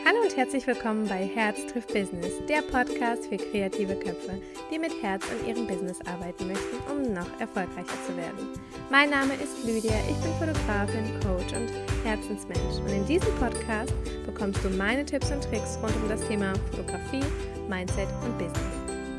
Hallo und herzlich willkommen bei Herz trifft Business, der Podcast für kreative Köpfe, die mit Herz an ihrem Business arbeiten möchten, um noch erfolgreicher zu werden. Mein Name ist Lydia, ich bin Fotografin, Coach und Herzensmensch und in diesem Podcast bekommst du meine Tipps und Tricks rund um das Thema Fotografie, Mindset und Business.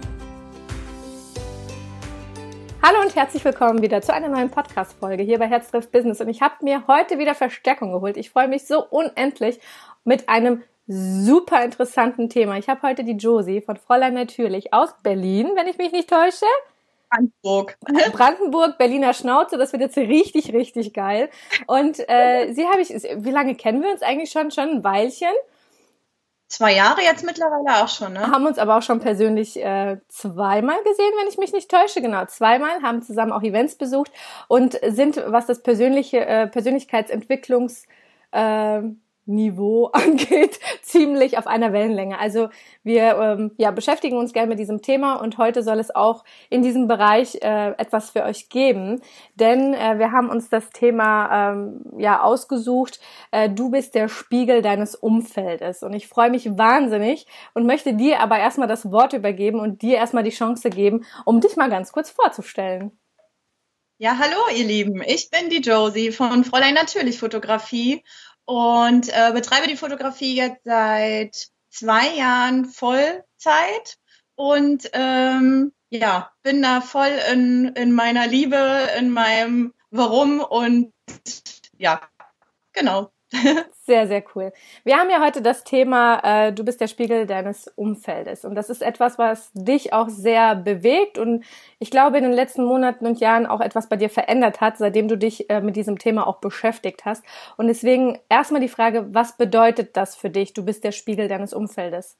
Hallo und herzlich willkommen wieder zu einer neuen Podcast-Folge hier bei Herz trifft Business und ich habe mir heute wieder Verstärkung geholt. Ich freue mich so unendlich mit einem super interessanten Thema. Ich habe heute die Josie von Fräulein Natürlich aus Berlin, wenn ich mich nicht täusche. Brandenburg, Berliner Schnauze, das wird jetzt richtig, richtig geil. Und wie lange kennen wir uns eigentlich schon? Schon ein Weilchen. 2 Jahre jetzt mittlerweile auch schon, ne? Haben uns aber auch schon persönlich zweimal gesehen, wenn ich mich nicht täusche. Genau, zweimal, haben zusammen auch Events besucht und sind, was das Persönlichkeitsentwicklungs Niveau angeht, ziemlich auf einer Wellenlänge. Also wir beschäftigen uns gerne mit diesem Thema und heute soll es auch in diesem Bereich etwas für euch geben, denn wir haben uns das Thema ausgesucht, du bist der Spiegel deines Umfeldes und ich freue mich wahnsinnig und möchte dir aber erstmal das Wort übergeben und dir erstmal die Chance geben, um dich mal ganz kurz vorzustellen. Ja, hallo ihr Lieben, ich bin die Josie von Fräulein Natürlich Fotografie und betreibe die Fotografie jetzt seit 2 Jahren Vollzeit und bin da voll in meiner Liebe, in meinem Warum und ja, genau. Sehr, sehr cool. Wir haben ja heute das Thema, du bist der Spiegel deines Umfeldes. Und das ist etwas, was dich auch sehr bewegt und ich glaube in den letzten Monaten und Jahren auch etwas bei dir verändert hat, seitdem du dich mit diesem Thema auch beschäftigt hast. Und deswegen erstmal die Frage, was bedeutet das für dich? Du bist der Spiegel deines Umfeldes.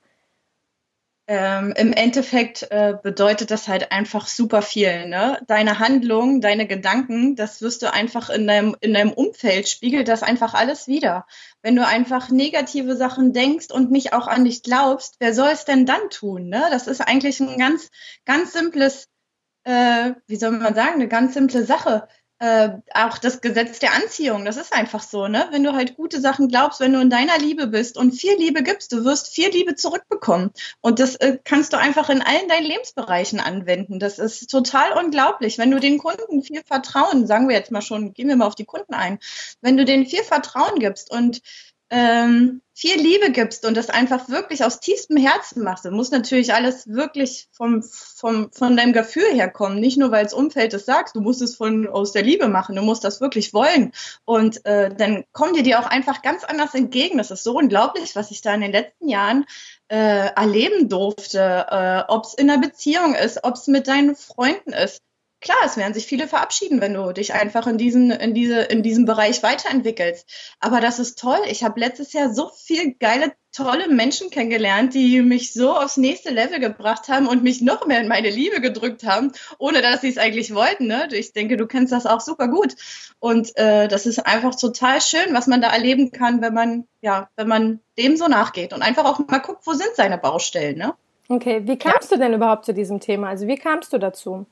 Im Endeffekt bedeutet das halt einfach super viel, ne? Deine Handlungen, deine Gedanken, das wirst du einfach in deinem Umfeld, spiegelt das einfach alles wider. Wenn du einfach negative Sachen denkst und nicht auch an dich glaubst, wer soll es denn dann tun, ne? Das ist eigentlich ein ganz, ganz simples, eine ganz simple Sache. Auch das Gesetz der Anziehung, das ist einfach so, ne? Wenn du halt gute Sachen glaubst, wenn du in deiner Liebe bist und viel Liebe gibst, du wirst viel Liebe zurückbekommen. Und das kannst du einfach in allen deinen Lebensbereichen anwenden. Das ist total unglaublich. Wenn du den Kunden viel Vertrauen, sagen wir jetzt mal schon, gehen wir mal auf die Kunden ein, wenn du denen viel Vertrauen gibst und viel Liebe gibst und das einfach wirklich aus tiefstem Herzen machst, dann muss natürlich alles wirklich von deinem Gefühl herkommen, nicht nur weil das Umfeld es sagt, du musst es aus der Liebe machen, du musst das wirklich wollen und dann kommen dir auch einfach ganz anders entgegen. Das ist so unglaublich, was ich da in den letzten Jahren erleben durfte, ob es in einer Beziehung ist, ob es mit deinen Freunden ist. Klar, es werden sich viele verabschieden, wenn du dich einfach in diesem Bereich weiterentwickelst. Aber das ist toll. Ich habe letztes Jahr so viel geile, tolle Menschen kennengelernt, die mich so aufs nächste Level gebracht haben und mich noch mehr in meine Liebe gedrückt haben, ohne dass sie es eigentlich wollten. Ne? Ich denke, du kennst das auch super gut. Und das ist einfach total schön, was man da erleben kann, wenn man dem so nachgeht und einfach auch mal guckt, wo sind seine Baustellen. Ne? Okay, wie kamst du denn überhaupt zu diesem Thema? Also wie kamst du dazu?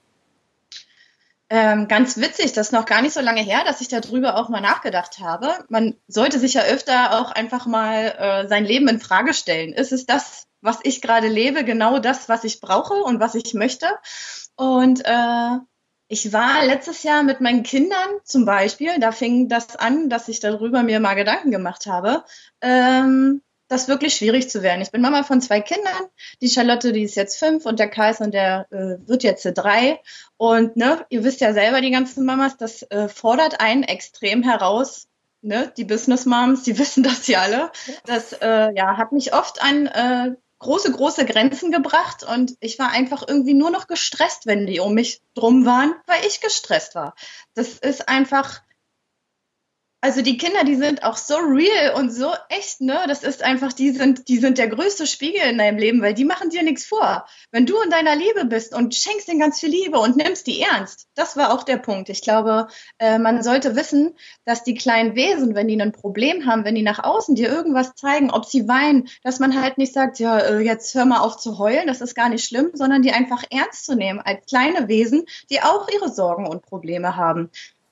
Ganz witzig, das ist noch gar nicht so lange her, dass ich darüber auch mal nachgedacht habe. Man sollte sich ja öfter auch einfach mal sein Leben in Frage stellen. Ist es das, was ich gerade lebe, genau das, was ich brauche und was ich möchte? Und ich war letztes Jahr mit meinen Kindern zum Beispiel, da fing das an, dass ich darüber mir mal Gedanken gemacht habe, das wirklich schwierig zu werden. Ich bin Mama von 2 Kindern. Die Charlotte, die ist jetzt 5 und der Kais und der wird jetzt 3. Und ne, ihr wisst ja selber, die ganzen Mamas, das fordert einen extrem heraus. Ne? Die Business Moms, die wissen das ja alle. Das hat mich oft an große Grenzen gebracht und ich war einfach irgendwie nur noch gestresst, wenn die um mich drum waren, weil ich gestresst war. Das ist einfach... Also die Kinder, die sind auch so real und so echt, ne? Das ist einfach, die sind der größte Spiegel in deinem Leben, weil die machen dir nichts vor. Wenn du in deiner Liebe bist und schenkst denen ganz viel Liebe und nimmst die ernst, das war auch der Punkt. Ich glaube, man sollte wissen, dass die kleinen Wesen, wenn die ein Problem haben, wenn die nach außen dir irgendwas zeigen, ob sie weinen, dass man halt nicht sagt, ja, jetzt hör mal auf zu heulen, das ist gar nicht schlimm, sondern die einfach ernst zu nehmen als kleine Wesen, die auch ihre Sorgen und Probleme haben.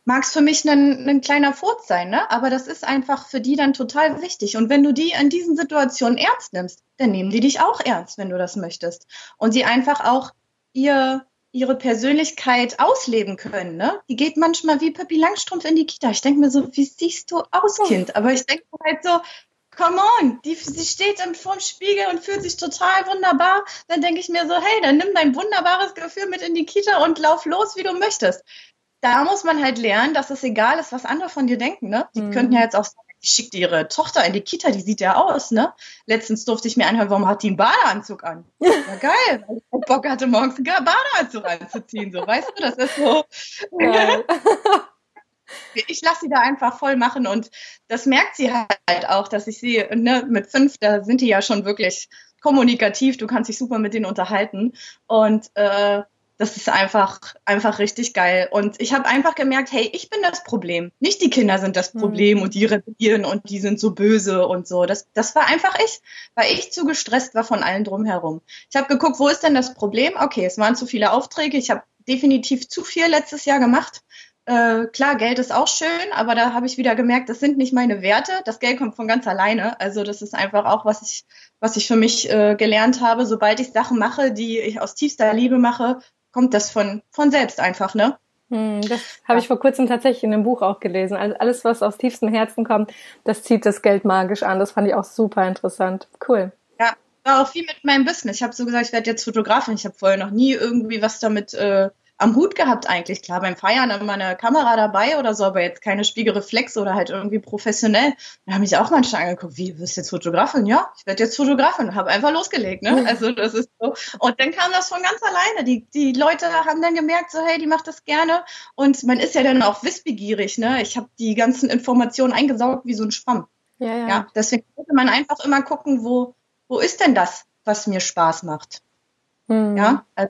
mag es für mich ein kleiner Furz sein, ne? Aber das ist einfach für die dann total wichtig. Und wenn du die in diesen Situationen ernst nimmst, dann nehmen die dich auch ernst, wenn du das möchtest. Und sie einfach auch ihre Persönlichkeit ausleben können, ne? Die geht manchmal wie Pippi Langstrumpf in die Kita. Ich denke mir so, wie siehst du aus, Kind? Aber ich denke halt so, come on, sie steht vorm Spiegel und fühlt sich total wunderbar. Dann denke ich mir so, hey, dann nimm dein wunderbares Gefühl mit in die Kita und lauf los, wie du möchtest. Da muss man halt lernen, dass es egal ist, was andere von dir denken, ne? Die könnten ja jetzt auch sagen, die schickt ihre Tochter in die Kita, die sieht ja aus, ne? Letztens durfte ich mir anhören, warum hat die einen Badeanzug an? Ja, geil, weil ich Bock hatte, morgens einen Badeanzug anzuziehen, so, weißt du, das ist so. Geil. Ich lasse sie da einfach voll machen und das merkt sie halt auch, dass ich sie, ne, mit 5, da sind die ja schon wirklich kommunikativ, du kannst dich super mit denen unterhalten und das ist einfach richtig geil. Und ich habe einfach gemerkt, hey, ich bin das Problem. Nicht die Kinder sind das Problem und die rebellieren und die sind so böse und so. Das war einfach ich, weil ich zu gestresst war von allen drumherum. Ich habe geguckt, wo ist denn das Problem? Okay, es waren zu viele Aufträge. Ich habe definitiv zu viel letztes Jahr gemacht. Klar, Geld ist auch schön, aber da habe ich wieder gemerkt, das sind nicht meine Werte. Das Geld kommt von ganz alleine. Also das ist einfach auch, was ich für mich gelernt habe. Sobald ich Sachen mache, die ich aus tiefster Liebe mache, kommt das von selbst einfach, ne? Das habe ich vor kurzem tatsächlich in einem Buch auch gelesen. Also alles, was aus tiefstem Herzen kommt, das zieht das Geld magisch an. Das fand ich auch super interessant. Cool. Ja, war auch viel mit meinem Business. Ich habe so gesagt, ich werde jetzt Fotografin. Ich habe vorher noch nie irgendwie was damit am Hut gehabt eigentlich. Klar, beim Feiern immer eine Kamera dabei oder so, aber jetzt keine Spiegelreflex oder halt irgendwie professionell. Da haben mich auch manche angeguckt, wie, wirst du jetzt Fotografin? Ja, ich werde jetzt Fotografin. Habe einfach losgelegt, ne? Also das ist so. Und dann kam das von ganz alleine. Die Leute haben dann gemerkt, so hey, die macht das gerne. Und man ist ja dann auch wissbegierig, ne? Ich habe die ganzen Informationen eingesaugt wie so ein Schwamm. Ja, deswegen sollte man einfach immer gucken, wo ist denn das, was mir Spaß macht? Ja, also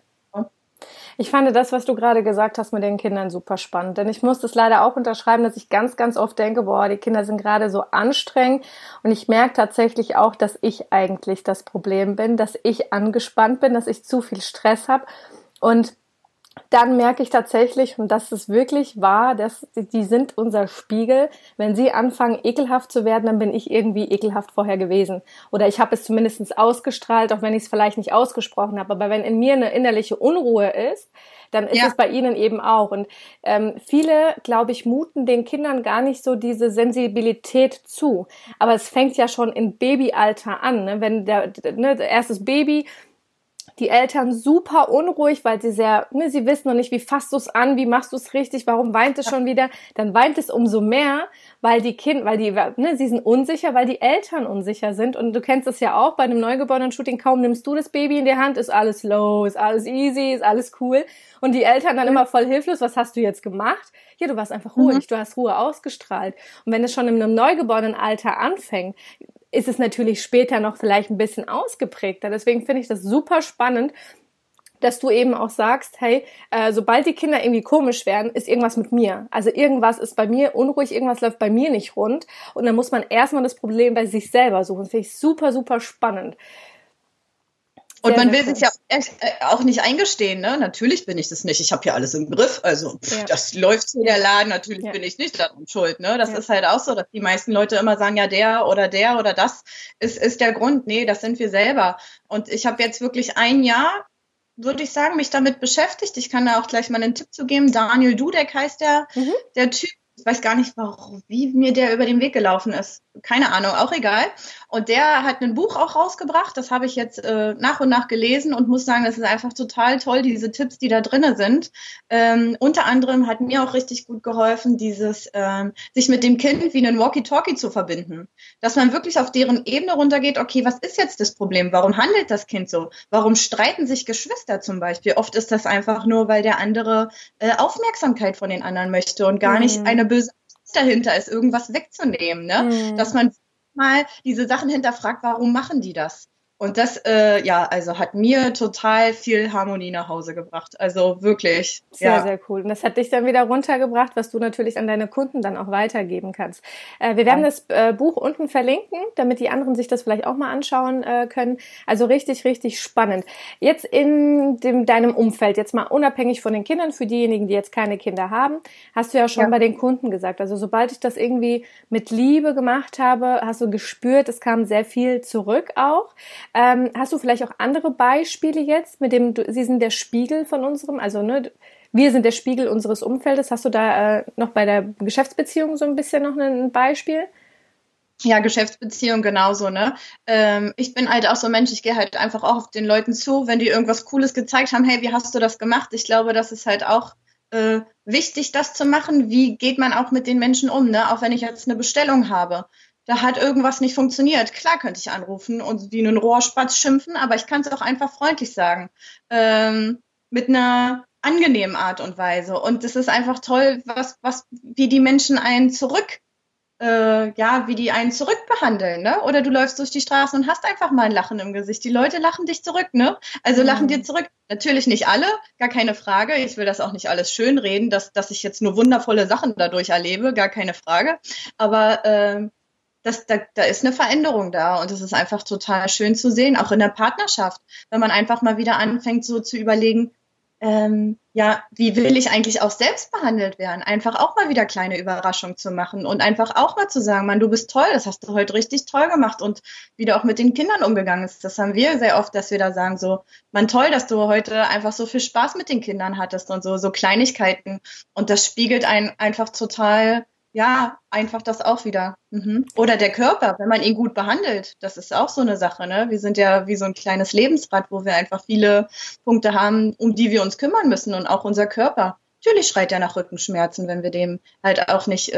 ich fand das, was du gerade gesagt hast mit den Kindern, super spannend. Denn ich muss das leider auch unterschreiben, dass ich ganz, ganz oft denke, boah, die Kinder sind gerade so anstrengend. Und ich merke tatsächlich auch, dass ich eigentlich das Problem bin, dass ich angespannt bin, dass ich zu viel Stress habe. Und dann merke ich tatsächlich, und das ist wirklich wahr, dass die sind unser Spiegel. Wenn sie anfangen, ekelhaft zu werden, dann bin ich irgendwie ekelhaft vorher gewesen. Oder ich habe es zumindest ausgestrahlt, auch wenn ich es vielleicht nicht ausgesprochen habe. Aber wenn in mir eine innerliche Unruhe ist, dann ist es bei ihnen eben auch. Und viele, glaube ich, muten den Kindern gar nicht so diese Sensibilität zu. Aber es fängt ja schon im Babyalter an. Ne? Wenn der erstes Baby, die Eltern super unruhig, weil sie sie wissen noch nicht, wie fasst du es an, wie machst du es richtig, warum weint es schon wieder? Dann weint es umso mehr, weil sie sind unsicher, weil die Eltern unsicher sind. Und du kennst es ja auch bei einem Neugeborenen-Shooting, kaum nimmst du das Baby in die Hand, ist alles low, ist alles easy, ist alles cool. Und die Eltern dann immer voll hilflos, was hast du jetzt gemacht? Ja, du warst einfach ruhig, du hast Ruhe ausgestrahlt. Und wenn es schon in einem Neugeborenen-Alter anfängt, ist es natürlich später noch vielleicht ein bisschen ausgeprägter. Deswegen finde ich das super spannend, dass du eben auch sagst, hey, sobald die Kinder irgendwie komisch werden, ist irgendwas mit mir. Also irgendwas ist bei mir unruhig, irgendwas läuft bei mir nicht rund. Und dann muss man erstmal das Problem bei sich selber suchen. Das finde ich super, super spannend. Und man will sich ja auch nicht eingestehen, ne? Natürlich bin ich das nicht. Ich habe hier alles im Griff. Also das läuft hier der Laden. Natürlich bin ich nicht daran schuld, ne? Das ist halt auch so, dass die meisten Leute immer sagen, ja, der oder das ist der Grund. Nee, das sind wir selber. Und ich habe jetzt wirklich ein Jahr, würde ich sagen, mich damit beschäftigt. Ich kann da auch gleich mal einen Tipp zu geben. Daniel Dudek heißt der Typ. Ich weiß gar nicht, wie mir der über den Weg gelaufen ist. Keine Ahnung, auch egal. Und der hat ein Buch auch rausgebracht. Das habe ich jetzt nach und nach gelesen und muss sagen, das ist einfach total toll, diese Tipps, die da drinne sind. Unter anderem hat mir auch richtig gut geholfen, dieses sich mit dem Kind wie einen Walkie-Talkie zu verbinden. Dass man wirklich auf deren Ebene runtergeht, okay, was ist jetzt das Problem? Warum handelt das Kind so? Warum streiten sich Geschwister zum Beispiel? Oft ist das einfach nur, weil der andere Aufmerksamkeit von den anderen möchte und gar nicht eine böse Absicht dahinter ist, irgendwas wegzunehmen. Ne? Dass man mal diese Sachen hinterfragt, warum machen die das? Und das, also hat mir total viel Harmonie nach Hause gebracht. Also wirklich, Sehr, sehr cool. Und das hat dich dann wieder runtergebracht, was du natürlich an deine Kunden dann auch weitergeben kannst. Wir werden das Buch unten verlinken, damit die anderen sich das vielleicht auch mal anschauen können. Also richtig, richtig spannend. Jetzt in deinem Umfeld, jetzt mal unabhängig von den Kindern, für diejenigen, die jetzt keine Kinder haben, hast du ja schon bei den Kunden gesagt. Also sobald ich das irgendwie mit Liebe gemacht habe, hast du gespürt, es kam sehr viel zurück auch. Hast du vielleicht auch andere Beispiele jetzt, mit dem sie sind der Spiegel von unserem, also ne, wir sind der Spiegel unseres Umfeldes. Hast du da noch bei der Geschäftsbeziehung so ein bisschen noch ein Beispiel? Ja, Geschäftsbeziehung genauso, ne? Ich bin halt auch so ein Mensch, ich gehe halt einfach auch auf den Leuten zu, wenn die irgendwas Cooles gezeigt haben, hey, wie hast du das gemacht? Ich glaube, das ist halt auch wichtig, das zu machen. Wie geht man auch mit den Menschen um, ne? Auch wenn ich jetzt eine Bestellung habe. Da hat irgendwas nicht funktioniert. Klar könnte ich anrufen und wie einen Rohrspatz schimpfen, aber ich kann es auch einfach freundlich sagen. Mit einer angenehmen Art und Weise. Und es ist einfach toll, wie die Menschen einen wie die einen zurückbehandeln, ne? Oder du läufst durch die Straßen und hast einfach mal ein Lachen im Gesicht. Die Leute lachen dich zurück, ne? Also lachen dir zurück. Natürlich nicht alle, gar keine Frage. Ich will das auch nicht alles schönreden, dass ich jetzt nur wundervolle Sachen dadurch erlebe, gar keine Frage. Aber da ist eine Veränderung da und es ist einfach total schön zu sehen, auch in der Partnerschaft, wenn man einfach mal wieder anfängt, so zu überlegen, wie will ich eigentlich auch selbst behandelt werden? Einfach auch mal wieder kleine Überraschungen zu machen und einfach auch mal zu sagen, Mann, du bist toll, das hast du heute richtig toll gemacht und wie du auch mit den Kindern umgegangen ist. Das haben wir sehr oft, dass wir da sagen so, Mann, toll, dass du heute einfach so viel Spaß mit den Kindern hattest und so Kleinigkeiten und das spiegelt einen einfach total. Ja, einfach das auch wieder. Oder der Körper, wenn man ihn gut behandelt, das ist auch so eine Sache, ne? Wir sind ja wie so ein kleines Lebensrad, wo wir einfach viele Punkte haben, um die wir uns kümmern müssen und auch unser Körper. Natürlich schreit er nach Rückenschmerzen, wenn wir dem halt auch nicht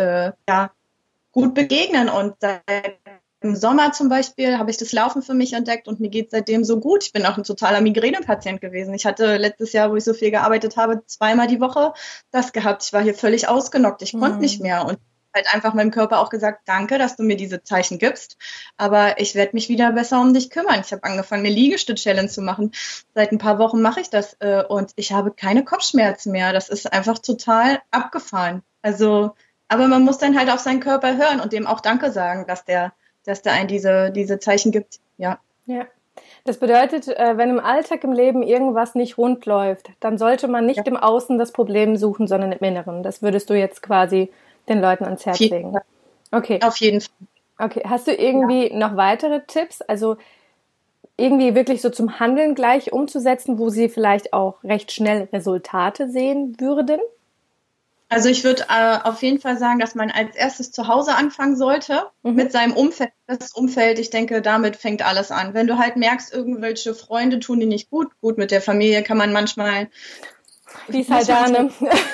gut begegnen. Und im Sommer zum Beispiel habe ich das Laufen für mich entdeckt und mir geht seitdem so gut. Ich bin auch ein totaler Migränepatient gewesen. Ich hatte letztes Jahr, wo ich so viel gearbeitet habe, 2-mal die Woche das gehabt. Ich war hier völlig ausgenockt. Ich konnte nicht mehr und halt einfach meinem Körper auch gesagt, danke, dass du mir diese Zeichen gibst, aber ich werde mich wieder besser um dich kümmern. Ich habe angefangen, eine Liegestütz-Challenge zu machen. Seit ein paar Wochen mache ich das und ich habe keine Kopfschmerzen mehr. Das ist einfach total abgefahren. Also, aber man muss dann halt auf seinen Körper hören und dem auch Danke sagen, dass der einen diese Zeichen gibt. Ja. Ja. Das bedeutet, wenn im Alltag, im Leben irgendwas nicht rund läuft, dann sollte man nicht im Außen das Problem suchen, sondern im Inneren. Das würdest du jetzt quasi den Leuten ans Herz legen. Okay. Auf jeden Fall. Okay. Hast du irgendwie noch weitere Tipps? Also irgendwie wirklich so zum Handeln gleich umzusetzen, wo sie vielleicht auch recht schnell Resultate sehen würden? Also ich würde auf jeden Fall sagen, dass man als erstes zu Hause anfangen sollte mit seinem Umfeld. Das Umfeld, ich denke, damit fängt alles an. Wenn du halt merkst, irgendwelche Freunde tun dir nicht gut, mit der Familie kann man manchmal... Wie ist halt da, ne?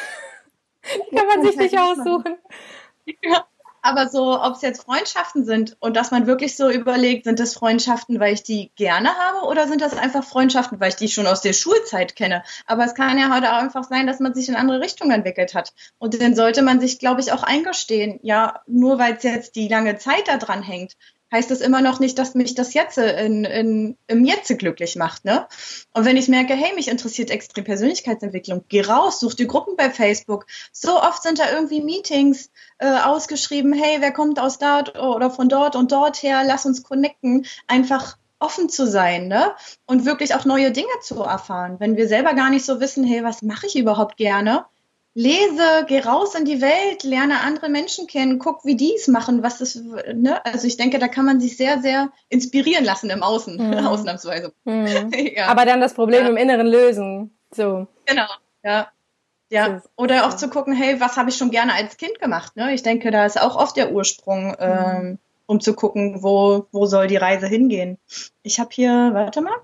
Die kann man sich nicht aussuchen. Ja, aber so, ob es jetzt Freundschaften sind und dass man wirklich so überlegt, sind das Freundschaften, weil ich die gerne habe oder sind das einfach Freundschaften, weil ich die schon aus der Schulzeit kenne? Aber es kann ja heute auch einfach sein, dass man sich in andere Richtungen entwickelt hat. Und dann sollte man sich, glaube ich, auch eingestehen, ja, nur weil es jetzt die lange Zeit da dran hängt, heißt das immer noch nicht, dass mich das jetzt im Jetzt glücklich macht, ne? Und wenn ich merke, hey, mich interessiert extrem Persönlichkeitsentwicklung, geh raus, such dir Gruppen bei Facebook. So oft sind da irgendwie Meetings ausgeschrieben, hey, wer kommt aus da oder von dort und dort her, lass uns connecten, einfach offen zu sein, ne? Und wirklich auch neue Dinge zu erfahren. Wenn wir selber gar nicht so wissen, hey, was mache ich überhaupt gerne? Lese, geh raus in die Welt, lerne andere Menschen kennen, guck, wie die es machen, was das, ne? Also ich denke, da kann man sich sehr, sehr inspirieren lassen im Außen, ausnahmsweise. Ja. Aber dann das Problem im Inneren lösen. So. Genau, ja. Ja. Oder auch zu gucken, hey, was habe ich schon gerne als Kind gemacht, ne? Ich denke, da ist auch oft der Ursprung, um zu gucken, wo soll die Reise hingehen. Ich habe hier, warte mal.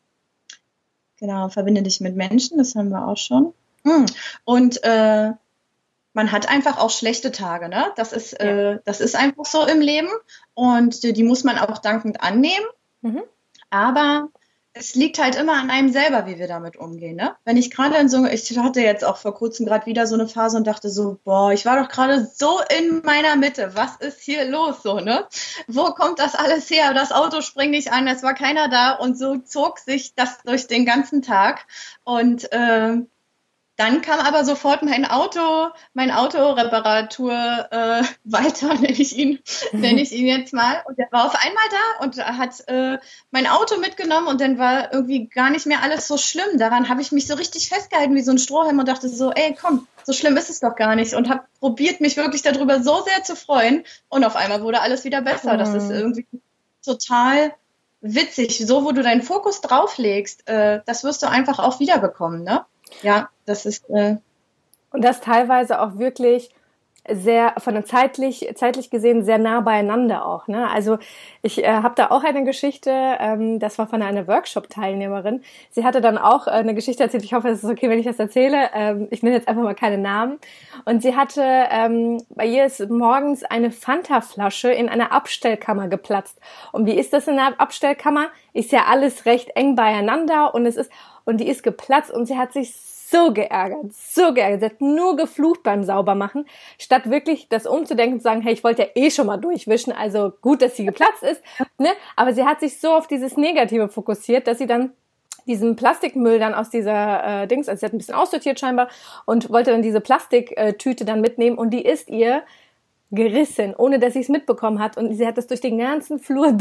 Genau, verbinde dich mit Menschen, das haben wir auch schon. Und man hat einfach auch schlechte Tage, ne? Das ist einfach so im Leben und die muss man auch dankend annehmen. Aber Es liegt halt immer an einem selber, wie wir damit umgehen, ne? Wenn ich gerade in so, ich hatte jetzt auch vor kurzem gerade wieder so eine Phase und dachte so, boah, ich war doch gerade so in meiner Mitte. Was ist hier los, so, ne? Wo kommt das alles her? Das Auto springt nicht an, es war keiner da und so zog sich das durch den ganzen Tag und dann kam aber sofort mein Autoreparatur Walter, nenne ich ihn jetzt mal. Und der war auf einmal da und hat mein Auto mitgenommen und dann war irgendwie gar nicht mehr alles so schlimm. Daran habe ich mich so richtig festgehalten wie so ein Strohhalm und dachte so, ey, komm, so schlimm ist es doch gar nicht. Und habe probiert, mich wirklich darüber so sehr zu freuen. Und auf einmal wurde alles wieder besser. Das ist irgendwie total witzig. So, wo du deinen Fokus drauflegst, das wirst du einfach auch wiederbekommen, ne? Ja, das ist. Und das teilweise auch wirklich sehr von der zeitlich gesehen sehr nah beieinander auch, ne? Also ich habe da auch eine Geschichte, das war von einer Workshop-Teilnehmerin. Sie hatte dann auch eine Geschichte erzählt. Ich hoffe, es ist okay, wenn ich das erzähle. Ich nenne jetzt einfach mal keine Namen. Und sie hatte, bei ihr ist morgens eine Fanta-Flasche in einer Abstellkammer geplatzt. Und wie ist das in einer Abstellkammer? Ist ja alles recht eng beieinander und die ist geplatzt und sie hat sich so geärgert. Sie hat nur geflucht beim Saubermachen, statt wirklich das umzudenken und zu sagen, hey, ich wollte ja eh schon mal durchwischen, also gut, dass sie geplatzt ist, ne? Aber sie hat sich so auf dieses Negative fokussiert, dass sie dann diesen Plastikmüll dann aus dieser also sie hat ein bisschen aussortiert scheinbar und wollte dann diese Plastiktüte dann mitnehmen und die ist ihr gerissen, ohne dass sie es mitbekommen hat und sie hat das durch den ganzen Flur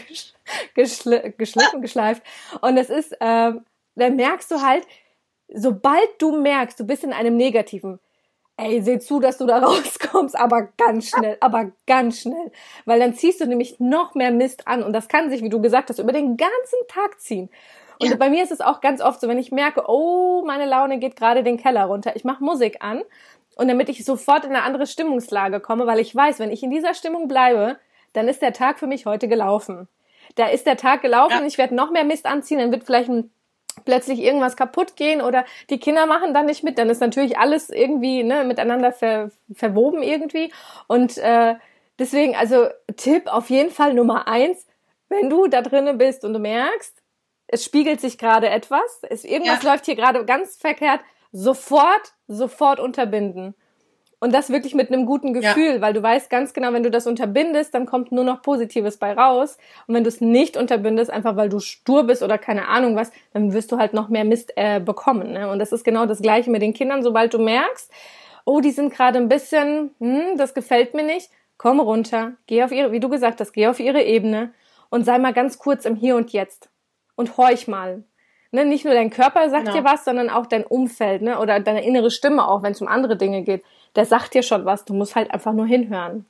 geschleift und es ist, dann merkst du halt, sobald du merkst, du bist in einem Negativen, ey, seh zu, dass du da rauskommst, aber ganz schnell, weil dann ziehst du nämlich noch mehr Mist an und das kann sich, wie du gesagt hast, über den ganzen Tag ziehen. Und ja. Bei mir ist es auch ganz oft so, wenn ich merke, oh, meine Laune geht gerade den Keller runter, ich mache Musik an und damit ich sofort in eine andere Stimmungslage komme, weil ich weiß, wenn ich in dieser Stimmung bleibe, dann ist der Tag für mich heute gelaufen. Da ist der Tag gelaufen, ja. Ich werde noch mehr Mist anziehen, dann wird vielleicht plötzlich irgendwas kaputt gehen oder die Kinder machen dann nicht mit, dann ist natürlich alles irgendwie miteinander verwoben irgendwie und deswegen, also Tipp auf jeden Fall Nummer 1, wenn du da drinnen bist und du merkst, es spiegelt sich gerade etwas, irgendwas läuft hier gerade ganz verkehrt, sofort unterbinden. Und das wirklich mit einem guten Gefühl, weil du weißt ganz genau, wenn du das unterbindest, dann kommt nur noch Positives bei raus. Und wenn du es nicht unterbindest, einfach weil du stur bist oder keine Ahnung was, dann wirst du halt noch mehr Mist bekommen. Ne? Und das ist genau das Gleiche mit den Kindern. Sobald du merkst, oh, die sind gerade ein bisschen, das gefällt mir nicht, komm runter, geh auf ihre, wie du gesagt hast, geh auf ihre Ebene und sei mal ganz kurz im Hier und Jetzt. Und horch mal. Ne, nicht nur dein Körper sagt dir was, sondern auch dein Umfeld, ne, oder deine innere Stimme auch, wenn es um andere Dinge geht. Der sagt dir schon was, du musst halt einfach nur hinhören.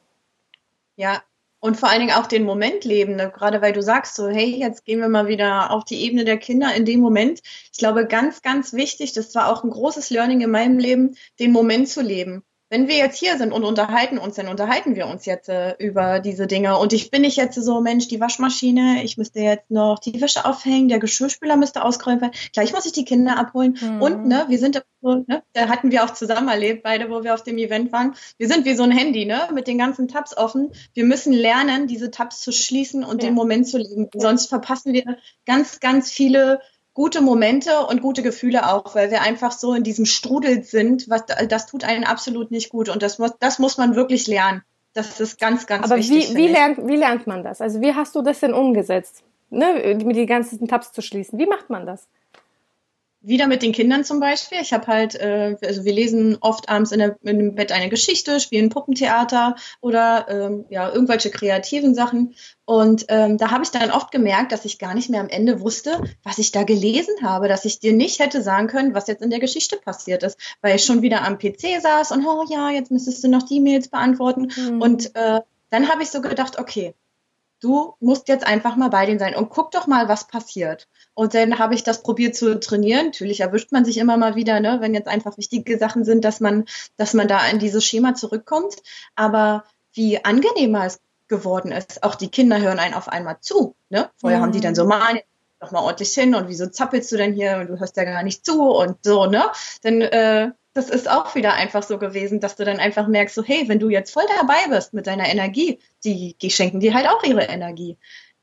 Ja, und vor allen Dingen auch den Moment leben, ne? Gerade weil du sagst so, hey, jetzt gehen wir mal wieder auf die Ebene der Kinder in dem Moment. Ich glaube, ganz, ganz wichtig, das war auch ein großes Learning in meinem Leben, den Moment zu leben. Wenn wir jetzt hier sind und unterhalten uns, dann unterhalten wir uns jetzt über diese Dinge. Und ich bin nicht jetzt so, Mensch, die Waschmaschine, ich müsste jetzt noch die Wäsche aufhängen, der Geschirrspüler müsste ausgeräumt werden, gleich muss ich die Kinder abholen. Und wir sind so, da hatten wir auch zusammen erlebt, beide, wo wir auf dem Event waren. Wir sind wie so ein Handy, mit den ganzen Tabs offen. Wir müssen lernen, diese Tabs zu schließen und den Moment zu leben. Sonst verpassen wir ganz, ganz viele gute Momente und gute Gefühle auch, weil wir einfach so in diesem Strudel sind, das tut einen absolut nicht gut und das muss man wirklich lernen. Das ist ganz, ganz wichtig. Aber wie lernt man das? Also wie hast du das denn umgesetzt, mit die ganzen Tabs zu schließen? Wie macht man das? Wieder mit den Kindern zum Beispiel. Ich habe halt, also wir lesen oft abends in dem Bett eine Geschichte, spielen Puppentheater oder irgendwelche kreativen Sachen. Und da habe ich dann oft gemerkt, dass ich gar nicht mehr am Ende wusste, was ich da gelesen habe, dass ich dir nicht hätte sagen können, was jetzt in der Geschichte passiert ist, weil ich schon wieder am PC saß und jetzt müsstest du noch die Mails beantworten. Und dann habe ich so gedacht, okay, du musst jetzt einfach mal bei denen sein und guck doch mal, was passiert. Und dann habe ich das probiert zu trainieren. Natürlich erwischt man sich immer mal wieder, wenn jetzt einfach wichtige Sachen sind, dass man da in dieses Schema zurückkommt. Aber wie angenehmer es geworden ist, auch die Kinder hören einen auf einmal zu. Vorher haben die dann so mal doch mal ordentlich hin und wieso zappelst du denn hier und du hörst ja gar nicht zu und so, Dann das ist auch wieder einfach so gewesen, dass du dann einfach merkst, so hey, wenn du jetzt voll dabei bist mit deiner Energie, die schenken dir halt auch ihre Energie.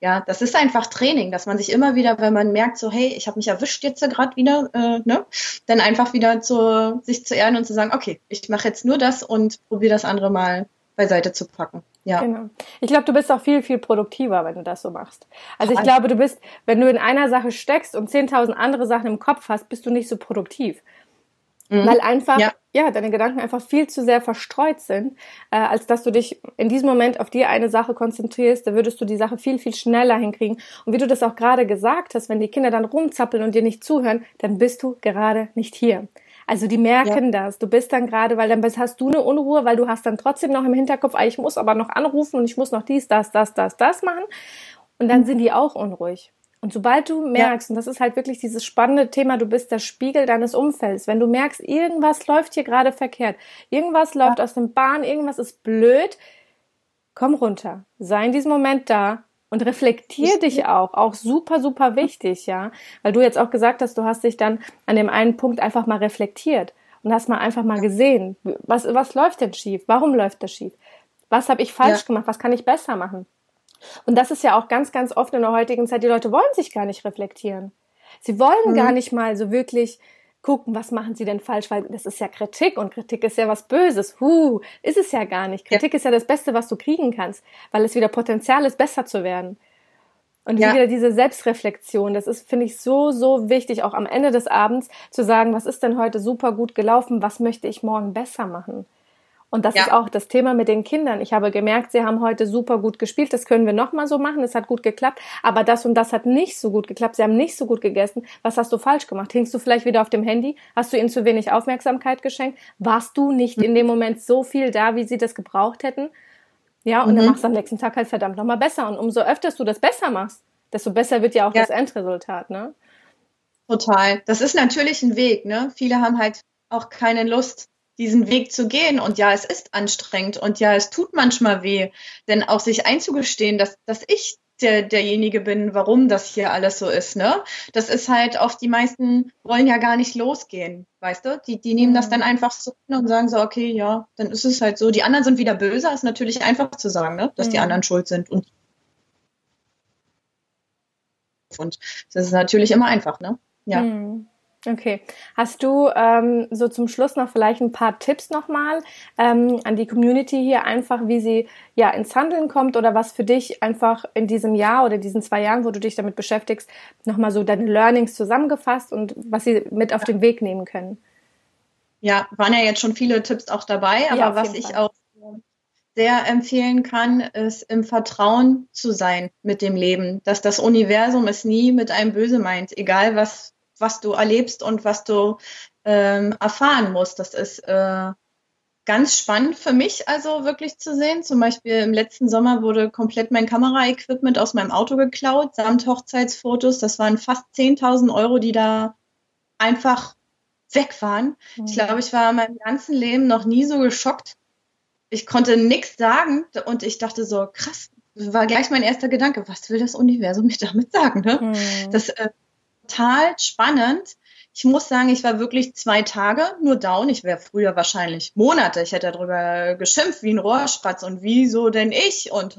ja, das ist einfach Training, dass man sich immer wieder, wenn man merkt, so, hey, ich habe mich erwischt jetzt gerade wieder, ne, dann einfach wieder sich zu erden und zu sagen, okay, ich mache jetzt nur das und probiere das andere mal beiseite zu packen. Ja. Genau. Ich glaube, du bist auch viel, viel produktiver, wenn du das so machst. Also ich glaube, wenn du in einer Sache steckst und 10.000 andere Sachen im Kopf hast, bist du nicht so produktiv. Weil einfach, deine Gedanken einfach viel zu sehr verstreut sind, als dass du dich in diesem Moment auf die eine Sache konzentrierst, da würdest du die Sache viel, viel schneller hinkriegen. Und wie du das auch gerade gesagt hast, wenn die Kinder dann rumzappeln und dir nicht zuhören, dann bist du gerade nicht hier. Also die merken das. Du bist dann gerade, weil dann hast du eine Unruhe, weil du hast dann trotzdem noch im Hinterkopf, ich muss aber noch anrufen und ich muss noch dies, das machen. Und dann sind die auch unruhig. Und sobald du merkst, und das ist halt wirklich dieses spannende Thema, du bist der Spiegel deines Umfelds, wenn du merkst, irgendwas läuft hier gerade verkehrt, irgendwas läuft aus dem Bahn, irgendwas ist blöd, komm runter, sei in diesem Moment da und reflektier dich auch super, super wichtig, ja, weil du jetzt auch gesagt hast, du hast dich dann an dem einen Punkt einfach mal reflektiert und hast mal einfach mal gesehen, was läuft denn schief, warum läuft das schief, was habe ich falsch gemacht, was kann ich besser machen? Und das ist ja auch ganz, ganz oft in der heutigen Zeit, die Leute wollen sich gar nicht reflektieren. Sie wollen gar nicht mal so wirklich gucken, was machen sie denn falsch, weil das ist ja Kritik und Kritik ist ja was Böses. Ist es ja gar nicht. Kritik ist ja das Beste, was du kriegen kannst, weil es wieder Potenzial ist, besser zu werden. Und wieder diese Selbstreflexion, das ist, finde ich, so, so wichtig, auch am Ende des Abends zu sagen, was ist denn heute super gut gelaufen, was möchte ich morgen besser machen? Und das ist auch das Thema mit den Kindern. Ich habe gemerkt, sie haben heute super gut gespielt. Das können wir nochmal so machen. Es hat gut geklappt. Aber das und das hat nicht so gut geklappt. Sie haben nicht so gut gegessen. Was hast du falsch gemacht? Hingst du vielleicht wieder auf dem Handy? Hast du ihnen zu wenig Aufmerksamkeit geschenkt? Warst du nicht in dem Moment so viel da, wie sie das gebraucht hätten? Ja, und dann machst du am nächsten Tag halt verdammt nochmal besser. Und umso öfter du das besser machst, desto besser wird ja auch das Endresultat, ne? Total. Das ist natürlich ein Weg, ne? Viele haben halt auch keine Lust, diesen Weg zu gehen. Und ja, es ist anstrengend und ja, es tut manchmal weh, denn auch sich einzugestehen, dass ich derjenige bin, warum das hier alles so ist, ne? Das ist halt oft, die meisten wollen ja gar nicht losgehen, weißt du? Die nehmen das dann einfach so hin und sagen so, okay, ja, dann ist es halt so. Die anderen sind wieder böse, ist natürlich einfach zu sagen, ne? Dass die anderen schuld sind und das ist natürlich immer einfach, ne? Ja. Okay. Hast du so zum Schluss noch vielleicht ein paar Tipps nochmal an die Community hier einfach, wie sie ins Handeln kommt oder was für dich einfach in diesem Jahr oder diesen 2 Jahren, wo du dich damit beschäftigst, nochmal so deine Learnings zusammengefasst und was sie mit auf den Weg nehmen können? Ja, waren ja jetzt schon viele Tipps auch dabei, aber was ich auch sehr empfehlen kann, ist im Vertrauen zu sein mit dem Leben, dass das Universum es nie mit einem böse meint, egal was du erlebst und was du erfahren musst. Das ist ganz spannend für mich, also wirklich zu sehen. Zum Beispiel im letzten Sommer wurde komplett mein Kameraequipment aus meinem Auto geklaut, samt Hochzeitsfotos. Das waren fast 10.000 Euro, die da einfach weg waren. Ich glaube, ich war in meinem ganzen Leben noch nie so geschockt. Ich konnte nichts sagen und ich dachte so, krass, das war gleich mein erster Gedanke, was will das Universum mir damit sagen? Ne? Das total spannend. Ich muss sagen, ich war wirklich 2 Tage nur down. Ich wäre früher wahrscheinlich Monate. Ich hätte darüber geschimpft wie ein Rohrspatz und wieso denn ich? Und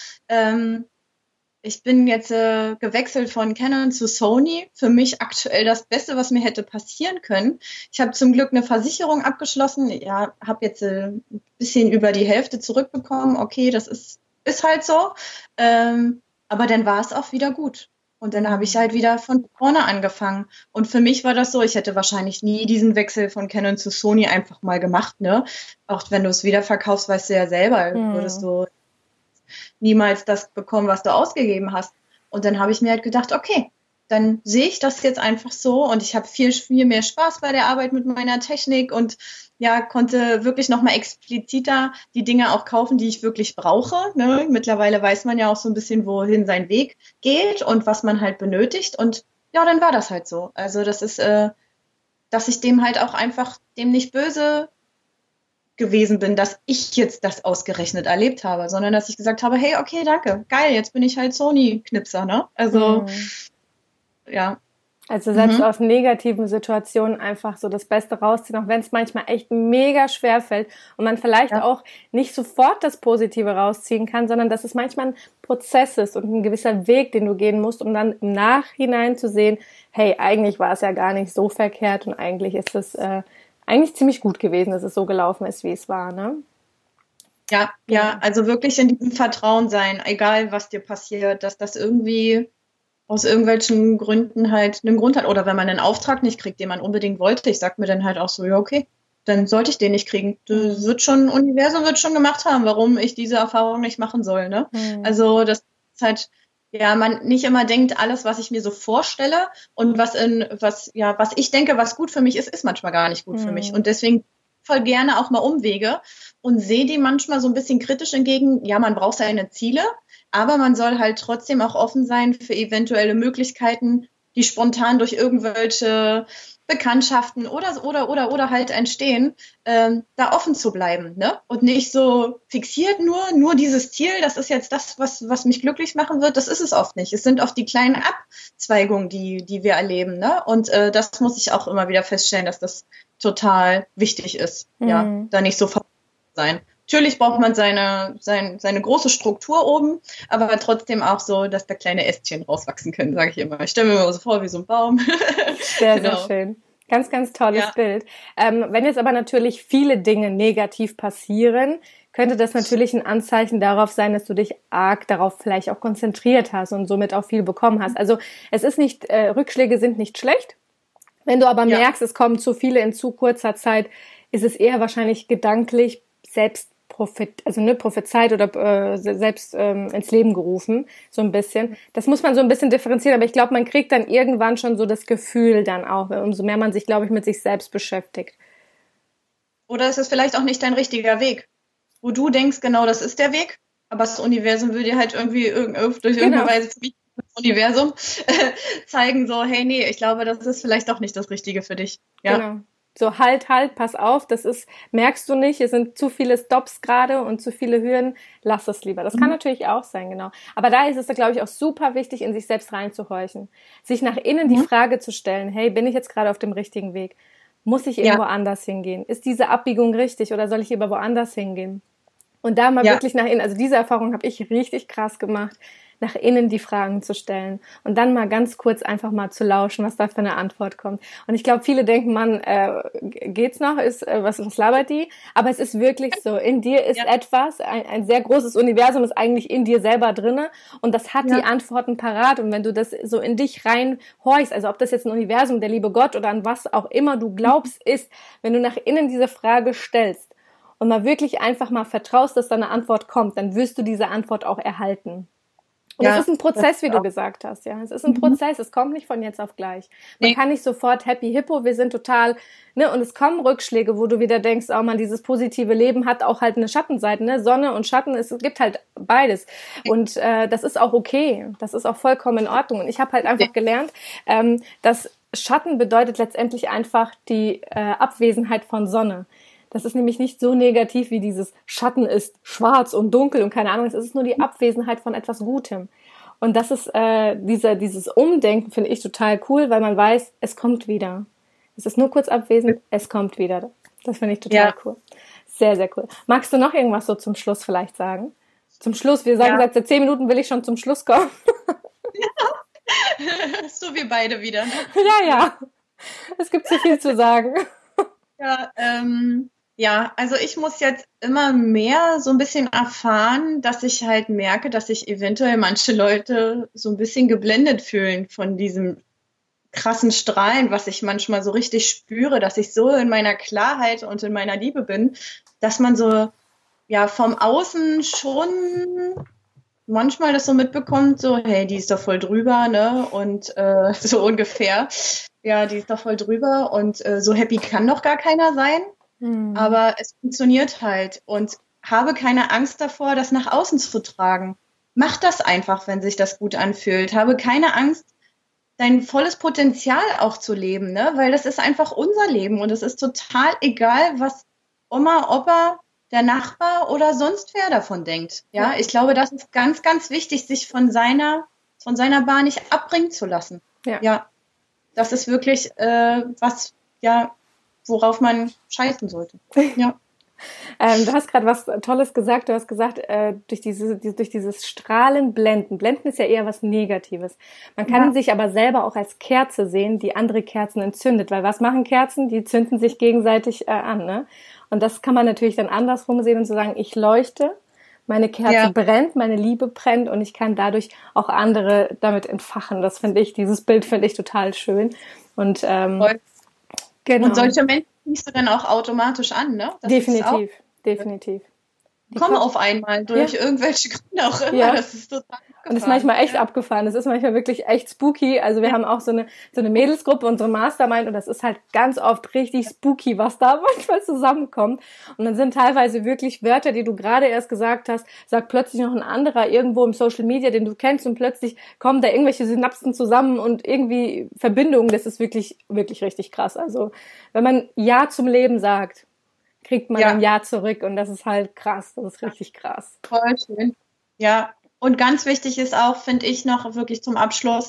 ich bin jetzt gewechselt von Canon zu Sony. Für mich aktuell das Beste, was mir hätte passieren können. Ich habe zum Glück eine Versicherung abgeschlossen. Ja, habe jetzt ein bisschen über die Hälfte zurückbekommen. Okay, das ist halt so. Aber dann war es auch wieder gut. Und dann habe ich halt wieder von vorne angefangen. Und für mich war das so, ich hätte wahrscheinlich nie diesen Wechsel von Canon zu Sony einfach mal gemacht, ne? Auch wenn du es wieder verkaufst, weißt du ja selber, würdest du niemals das bekommen, was du ausgegeben hast. Und dann habe ich mir halt gedacht, okay, dann sehe ich das jetzt einfach so und ich habe viel, viel mehr Spaß bei der Arbeit mit meiner Technik und ja, konnte wirklich nochmal expliziter die Dinge auch kaufen, die ich wirklich brauche. Ne? Mittlerweile weiß man ja auch so ein bisschen, wohin sein Weg geht und was man halt benötigt. Und ja, dann war das halt so. Also das ist, dass ich dem halt auch einfach dem nicht böse gewesen bin, dass ich jetzt das ausgerechnet erlebt habe, sondern dass ich gesagt habe, hey, okay, danke, geil, jetzt bin ich halt Sony-Knipser, ne? Also, ja. Also selbst aus negativen Situationen einfach so das Beste rausziehen, auch wenn es manchmal echt mega schwer fällt und man vielleicht auch nicht sofort das Positive rausziehen kann, sondern dass es manchmal ein Prozess ist und ein gewisser Weg, den du gehen musst, um dann im Nachhinein zu sehen, hey, eigentlich war es ja gar nicht so verkehrt und eigentlich ist es eigentlich ziemlich gut gewesen, dass es so gelaufen ist, wie es war, ne? Ja, also wirklich in diesem Vertrauen sein, egal was dir passiert, dass das irgendwie aus irgendwelchen Gründen halt einen Grund hat. Oder wenn man einen Auftrag nicht kriegt, den man unbedingt wollte, ich sag mir dann halt auch so, ja, okay, dann sollte ich den nicht kriegen. Universum wird schon gemacht haben, warum ich diese Erfahrung nicht machen soll, ne? Also das ist halt, ja, man nicht immer denkt, alles, was ich mir so vorstelle und was ich denke, was gut für mich ist, ist manchmal gar nicht gut für mich. Und deswegen voll gerne auch mal Umwege und sehe die manchmal so ein bisschen kritisch entgegen. Ja, man braucht seine Ziele, aber man soll halt trotzdem auch offen sein für eventuelle Möglichkeiten, die spontan durch irgendwelche Bekanntschaften oder halt entstehen, da offen zu bleiben, ne? Und nicht so fixiert nur dieses Ziel, das ist jetzt das, was mich glücklich machen wird, das ist es oft nicht. Es sind oft die kleinen Abzweigungen, die wir erleben, ne? Und das muss ich auch immer wieder feststellen, dass das total wichtig ist, ja, da nicht so verbunden sein. Natürlich braucht man seine große Struktur oben, aber trotzdem auch so, dass da kleine Ästchen rauswachsen können, sage ich immer. Ich stelle mir immer so vor, wie so ein Baum. Sehr, sehr schön. Ganz, ganz tolles Bild. Wenn jetzt aber natürlich viele Dinge negativ passieren, könnte das natürlich ein Anzeichen darauf sein, dass du dich arg darauf vielleicht auch konzentriert hast und somit auch viel bekommen hast. Also es ist nicht, Rückschläge sind nicht schlecht. Wenn du aber merkst, es kommen zu viele in zu kurzer Zeit, ist es eher wahrscheinlich gedanklich selbst prophezeit oder selbst ins Leben gerufen, so ein bisschen. Das muss man so ein bisschen differenzieren, aber ich glaube, man kriegt dann irgendwann schon so das Gefühl dann auch, umso mehr man sich, glaube ich, mit sich selbst beschäftigt. Oder ist es vielleicht auch nicht dein richtiger Weg, wo du denkst, genau das ist der Weg, aber das Universum will dir halt irgendwie durch irgendeine Weise das Universum zeigen, so, hey, nee, ich glaube, das ist vielleicht doch nicht das Richtige für dich. Ja. Genau. So, halt, pass auf, merkst du nicht, es sind zu viele Stops gerade und zu viele Hürden, lass es lieber. Das kann natürlich auch sein, genau. Aber da ist es, glaube ich, auch super wichtig, in sich selbst reinzuhorchen. Sich nach innen die Frage zu stellen, hey, bin ich jetzt gerade auf dem richtigen Weg? Muss ich irgendwo anders hingehen? Ist diese Abbiegung richtig oder soll ich lieber woanders hingehen? Und da mal wirklich nach innen, also diese Erfahrung habe ich richtig krass gemacht, nach innen die Fragen zu stellen und dann mal ganz kurz einfach mal zu lauschen, was da für eine Antwort kommt. Und ich glaube, viele denken, Mann, geht's noch? Was labert die? Aber es ist wirklich so, in dir ist etwas, ein sehr großes Universum ist eigentlich in dir selber drinne und das hat die Antworten parat. Und wenn du das so in dich reinhorchst, also ob das jetzt ein Universum, der liebe Gott oder an was auch immer du glaubst ist, wenn du nach innen diese Frage stellst und mal wirklich einfach mal vertraust, dass da eine Antwort kommt, dann wirst du diese Antwort auch erhalten. Und es ist ein Prozess, wie du gesagt hast, ja. Es ist ein Prozess, es kommt nicht von jetzt auf gleich. Man kann nicht sofort happy hippo, wir sind total, ne, und es kommen Rückschläge, wo du wieder denkst, oh man, dieses positive Leben hat auch halt eine Schattenseite, ne, Sonne und Schatten, es gibt halt beides. Und das ist auch okay, das ist auch vollkommen in Ordnung. Und ich habe halt einfach gelernt, dass Schatten bedeutet letztendlich einfach die Abwesenheit von Sonne. Das ist nämlich nicht so negativ wie dieses Schatten ist schwarz und dunkel und keine Ahnung. Es ist nur die Abwesenheit von etwas Gutem. Und das ist dieses Umdenken finde ich total cool, weil man weiß, es kommt wieder. Es ist nur kurz abwesend, es kommt wieder. Das finde ich total cool. Sehr, sehr cool. Magst du noch irgendwas so zum Schluss vielleicht sagen? Zum Schluss, wir sagen seit 10 Minuten will ich schon zum Schluss kommen. So wir beide wieder. Ja. Es gibt so viel zu sagen. Ja, also ich muss jetzt immer mehr so ein bisschen erfahren, dass ich halt merke, dass sich eventuell manche Leute so ein bisschen geblendet fühlen von diesem krassen Strahlen, was ich manchmal so richtig spüre, dass ich so in meiner Klarheit und in meiner Liebe bin, dass man so vom Außen schon manchmal das so mitbekommt, so hey, die ist doch voll drüber, ne? Und so ungefähr, ja, die ist doch voll drüber und so happy kann doch gar keiner sein. Aber es funktioniert halt und habe keine Angst davor, das nach außen zu tragen. Mach das einfach, wenn sich das gut anfühlt. Habe keine Angst, dein volles Potenzial auch zu leben, ne? Weil das ist einfach unser Leben und es ist total egal, was Oma, Opa, der Nachbar oder sonst wer davon denkt. Ja, ich glaube, das ist ganz, ganz wichtig, sich von seiner Bahn nicht abbringen zu lassen. Ja. das ist wirklich was, ja, worauf man scheißen sollte. Ja. Du hast gerade was Tolles gesagt. Du hast gesagt, durch dieses Strahlen blenden. Blenden ist ja eher was Negatives. Man kann sich aber selber auch als Kerze sehen, die andere Kerzen entzündet. Weil was machen Kerzen? Die zünden sich gegenseitig an. Ne? Und das kann man natürlich dann andersrum sehen und so sagen, ich leuchte, meine Kerze brennt, meine Liebe brennt und ich kann dadurch auch andere damit entfachen. Das finde ich, dieses Bild finde ich total schön. Und genau. Und solche Menschen ziehst du dann auch automatisch an, ne? Das definitiv, definitiv. Die kommen auf einmal durch irgendwelche Gründe auch immer. Ja. Das ist total abgefahren. Und das ist manchmal echt abgefahren. Das ist manchmal wirklich echt spooky. Also wir haben auch so eine Mädelsgruppe, unsere Mastermind, und das ist halt ganz oft richtig spooky, was da manchmal zusammenkommt. Und dann sind teilweise wirklich Wörter, die du gerade erst gesagt hast, sagt plötzlich noch ein anderer irgendwo im Social Media, den du kennst, und plötzlich kommen da irgendwelche Synapsen zusammen und irgendwie Verbindungen. Das ist wirklich, wirklich richtig krass. Also wenn man Ja zum Leben sagt, kriegt man ein Ja zurück, und das ist halt krass, das ist richtig krass. Voll schön. Ja, und ganz wichtig ist auch, finde ich noch wirklich zum Abschluss,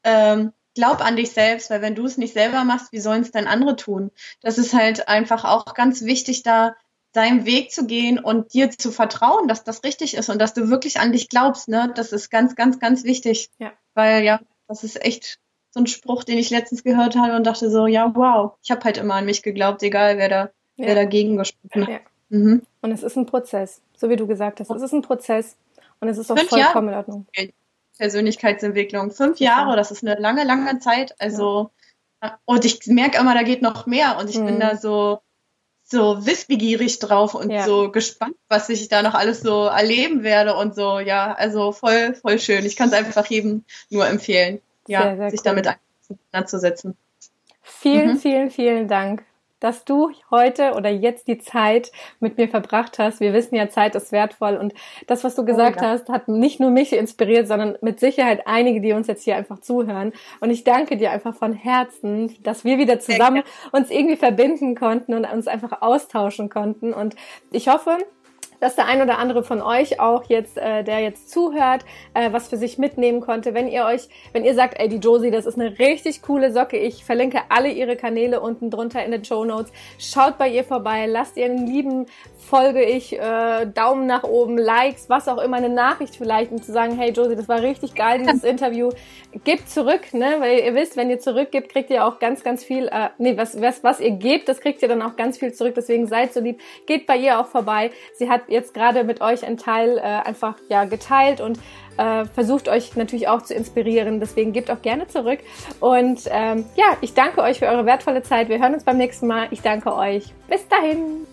glaub an dich selbst, weil wenn du es nicht selber machst, wie sollen es denn andere tun? Das ist halt einfach auch ganz wichtig, da deinen Weg zu gehen und dir zu vertrauen, dass das richtig ist und dass du wirklich an dich glaubst, ne? Das ist ganz, ganz, ganz wichtig. Ja. Weil das ist echt so ein Spruch, den ich letztens gehört habe und dachte so, ja, wow, ich habe halt immer an mich geglaubt, egal wer dagegen gesprochen hat. Ja. Mhm. Und es ist ein Prozess, so wie du gesagt hast. Es ist ein Prozess und es ist auch vollkommen in Ordnung. Persönlichkeitsentwicklung. 5 Jahre, das ist eine lange, lange Zeit. Also, und ich merke immer, da geht noch mehr, und ich bin da so wissbegierig drauf und so gespannt, was ich da noch alles so erleben werde und so. Ja, also voll, voll schön. Ich kann es einfach jedem nur empfehlen, sehr, sehr sich damit auseinanderzusetzen. Vielen, vielen, vielen Dank, dass du heute oder jetzt die Zeit mit mir verbracht hast. Wir wissen ja, Zeit ist wertvoll, und das, was du gesagt hast, hat nicht nur mich inspiriert, sondern mit Sicherheit einige, die uns jetzt hier einfach zuhören. Und ich danke dir einfach von Herzen, dass wir wieder zusammen uns irgendwie verbinden konnten und uns einfach austauschen konnten. Und ich hoffe, dass der ein oder andere von euch auch jetzt, der jetzt zuhört, was für sich mitnehmen konnte. Wenn ihr sagt, ey, die Josie, das ist eine richtig coole Socke, ich verlinke alle ihre Kanäle unten drunter in den Shownotes. Schaut bei ihr vorbei, lasst ihr einen lieben, folge ich, Daumen nach oben, Likes, was auch immer, eine Nachricht vielleicht, um zu sagen, hey Josie, das war richtig geil, dieses Interview. Gebt zurück, ne, weil ihr wisst, wenn ihr zurückgebt, kriegt ihr auch ganz, ganz viel, was ihr gebt, das kriegt ihr dann auch ganz viel zurück, deswegen seid so lieb, geht bei ihr auch vorbei. Sie hat jetzt gerade mit euch einen Teil einfach geteilt und versucht euch natürlich auch zu inspirieren. Deswegen gebt auch gerne zurück. Und ich danke euch für eure wertvolle Zeit. Wir hören uns beim nächsten Mal. Ich danke euch. Bis dahin.